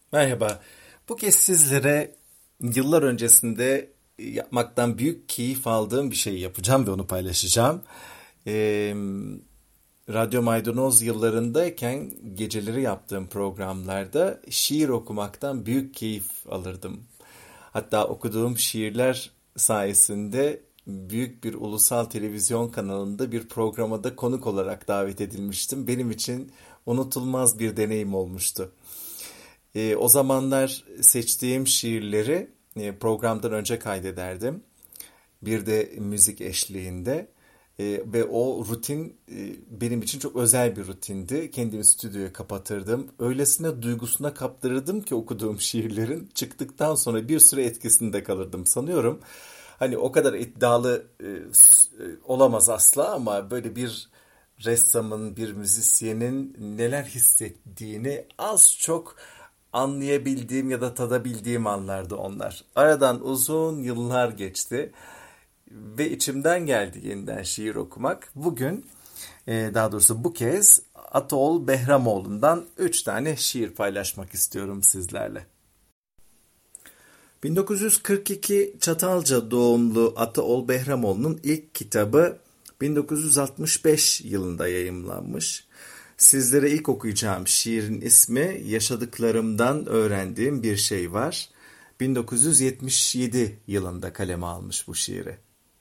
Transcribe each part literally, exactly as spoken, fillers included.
Merhaba. Bu kez sizlere yıllar öncesinde yapmaktan büyük keyif aldığım bir şey yapacağım ve onu paylaşacağım. Ee, Radyo Maydanoz yıllarındayken geceleri yaptığım programlarda şiir okumaktan büyük keyif alırdım. Hatta okuduğum şiirler sayesinde büyük bir ulusal televizyon kanalında bir programa da konuk olarak davet edilmiştim. Benim için unutulmaz bir deneyim olmuştu. E, o zamanlar seçtiğim şiirleri e, programdan önce kaydederdim. Bir de müzik eşliğinde. E, ve o rutin e, benim için çok özel bir rutindi. Kendimi stüdyoya kapatırdım. Öylesine duygusuna kaptırırdım ki okuduğum şiirlerin çıktıktan sonra bir süre etkisinde kalırdım sanıyorum. Hani o kadar iddialı e, s- e, olamaz asla ama böyle bir ressamın, bir müzisyenin neler hissettiğini az çok anlayabildiğim ya da tadabildiğim anlardı onlar. Aradan uzun yıllar geçti ve içimden geldi yeniden şiir okumak. Bugün, e, daha doğrusu bu kez Ataol Behramoğlu'ndan üç tane şiir paylaşmak istiyorum sizlerle. bin dokuz yüz kırk iki Çatalca doğumlu Ataol Behramoğlu'nun ilk kitabı bin dokuz yüz altmış beş yılında yayımlanmış. Sizlere ilk okuyacağım şiirin ismi Yaşadıklarımdan Öğrendiğim Bir Şey Var. bin dokuz yüz yetmiş yedi yılında kaleme almış bu şiiri.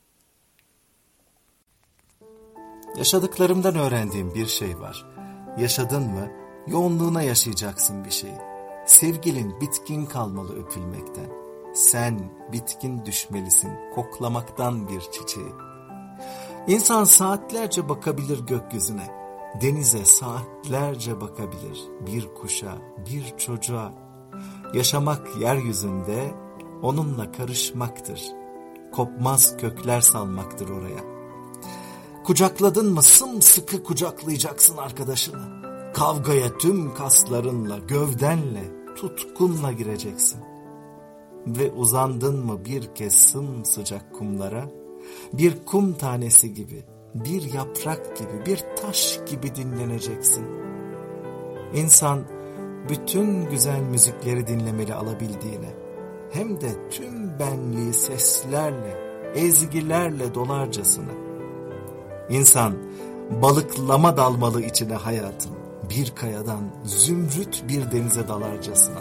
Yaşadıklarımdan öğrendiğim bir şey var. Yaşadın mı, yoğunluğuna yaşayacaksın bir şeyi. Sevgilin bitkin kalmalı öpülmekten. Sen bitkin düşmelisin koklamaktan bir çiçeği. İnsan saatlerce bakabilir gökyüzüne. Denize saatlerce bakabilir. Bir kuşa, bir çocuğa. Yaşamak yeryüzünde onunla karışmaktır. Kopmaz kökler salmaktır oraya. Kucakladın mı sımsıkı kucaklayacaksın arkadaşını. Kavgaya tüm kaslarınla, gövdenle, tutkunla gireceksin. Ve uzandın mı bir kez sımsıcak kumlara, bir kum tanesi gibi, bir yaprak gibi, bir taş gibi dinleneceksin. İnsan bütün güzel müzikleri dinlemeli alabildiğine, hem de tüm benliği seslerle, ezgilerle dolarcasına. İnsan balıklama dalmalı içine hayatın, bir kayadan zümrüt bir denize dalarcasına.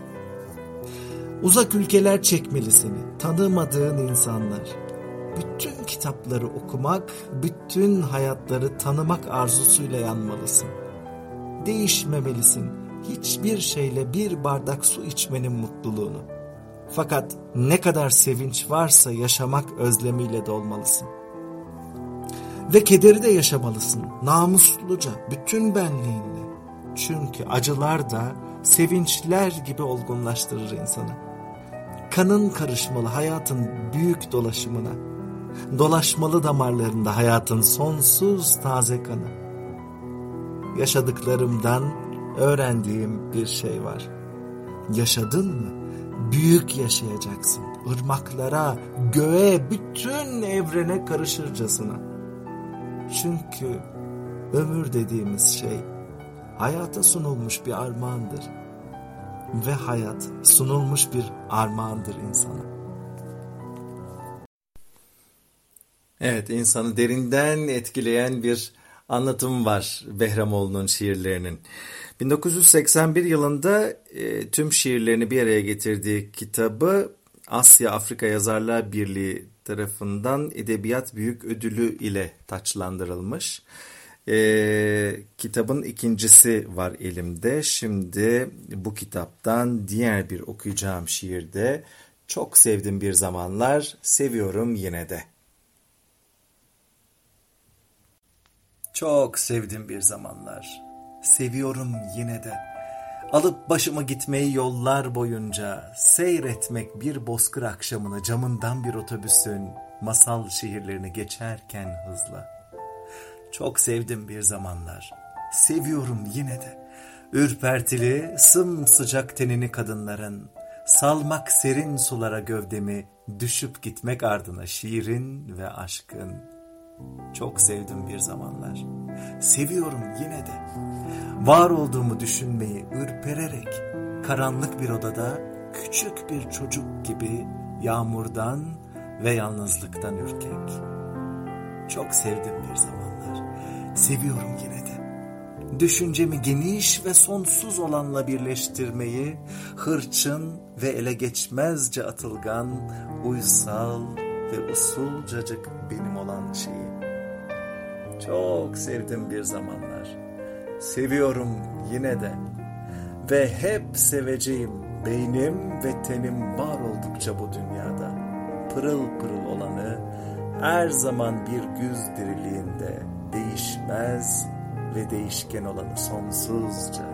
Uzak ülkeler çekmeli seni, tanımadığın insanlar. Bütün kitapları okumak, bütün hayatları tanımak arzusuyla yanmalısın. Değişmemelisin, hiçbir şeyle bir bardak su içmenin mutluluğunu. Fakat ne kadar sevinç varsa yaşamak özlemiyle dolmalısın. Ve kederi de yaşamalısın, namusluca, bütün benliğinle. Çünkü acılar da sevinçler gibi olgunlaştırır insanı. Kanın karışmalı hayatın büyük dolaşımına. Dolaşmalı damarlarında hayatın sonsuz taze kanı. Yaşadıklarımdan öğrendiğim bir şey var. Yaşadın mı? Büyük yaşayacaksın. Irmaklara, göğe, bütün evrene karışırcasına. Çünkü ömür dediğimiz şey hayata sunulmuş bir armağandır. Ve hayat sunulmuş bir armağandır insana. Evet, insanı derinden etkileyen bir anlatım var Behramoğlu'nun şiirlerinin. bin dokuz yüz seksen bir yılında e, tüm şiirlerini bir araya getirdiği kitabı Asya Afrika Yazarlar Birliği tarafından Edebiyat Büyük Ödülü ile taçlandırılmış. E, kitabın ikincisi var elimde. Şimdi bu kitaptan diğer bir okuyacağım şiirde çok sevdim bir zamanlar, seviyorum yine de. Çok sevdim bir zamanlar, seviyorum yine de. Alıp başımı gitmeyi yollar boyunca, seyretmek bir bozkır akşamını camından bir otobüsün masal şehirlerini geçerken hızla. Çok sevdim bir zamanlar, seviyorum yine de. Ürpertili, sımsıcak tenini kadınların, salmak serin sulara gövdemi, düşüp gitmek ardına şiirin ve aşkın. Çok sevdim bir zamanlar, seviyorum yine de. Var olduğumu düşünmeyi ürpererek, karanlık bir odada küçük bir çocuk gibi yağmurdan ve yalnızlıktan ürkek. Çok sevdim bir zamanlar. Seviyorum yine de. Düşüncemi geniş ve sonsuz olanla birleştirmeyi, hırçın ve ele geçmezce atılgan, uysal ve usulcacık benim olan şeyi. Çok sevdim bir zamanlar. Seviyorum yine de. Ve hep seveceğim beynim ve tenim var oldukça bu dünyada. Pırıl pırıl olanı her zaman bir güz diriliğinde değişmez ve değişken olanı sonsuzca.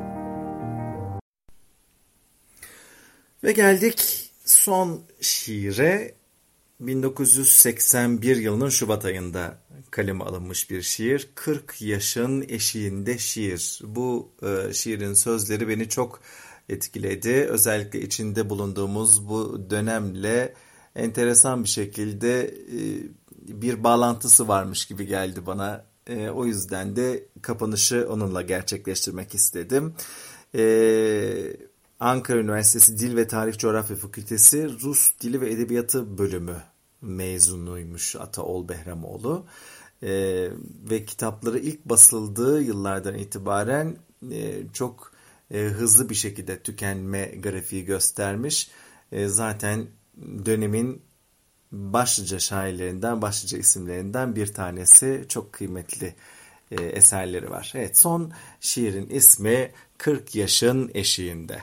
Ve geldik son şiire. bin dokuz yüz seksen bir yılının Şubat ayında kaleme alınmış bir şiir. kırk yaşın eşiğinde şiir. Bu e, şiirin sözleri beni çok etkiledi. Özellikle içinde bulunduğumuz bu dönemle enteresan bir şekilde e, bir bağlantısı varmış gibi geldi bana. E, o yüzden de kapanışı onunla gerçekleştirmek istedim. E, Ankara Üniversitesi Dil ve Tarih Coğrafya Fakültesi Rus Dili ve Edebiyatı bölümü mezunuymuş Ataol Behramoğlu. E, ve kitapları ilk basıldığı yıllardan itibaren e, çok e, hızlı bir şekilde tükenme grafiği göstermiş. E, zaten dönemin başlıca şairlerinden, başlıca isimlerinden bir tanesi. Çok kıymetli e, eserleri var. Evet, son şiirin ismi kırk yaşın eşiğinde.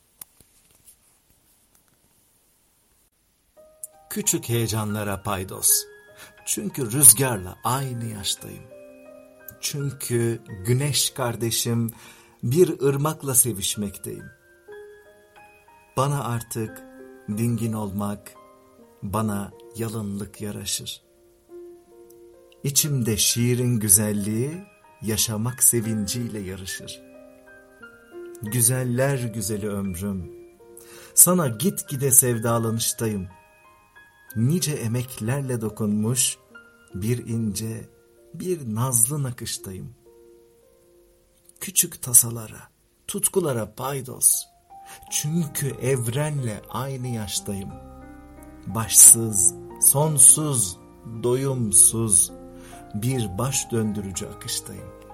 Küçük heyecanlara paydos. Çünkü rüzgarla aynı yaştayım. Çünkü güneş kardeşim bir ırmakla sevişmekteyim. Bana artık dingin olmak, bana yalınlık yaraşır. İçimde şiirin güzelliği yaşamak sevinciyle yarışır. Güzeller güzeli ömrüm, sana gitgide sevdalanıştayım. Nice emeklerle dokunmuş bir ince, bir nazlı nakıştayım. Küçük tasalara, tutkulara paydos. Çünkü evrenle aynı yaştayım. Başsız, sonsuz, doyumsuz bir baş döndürücü akıştayım.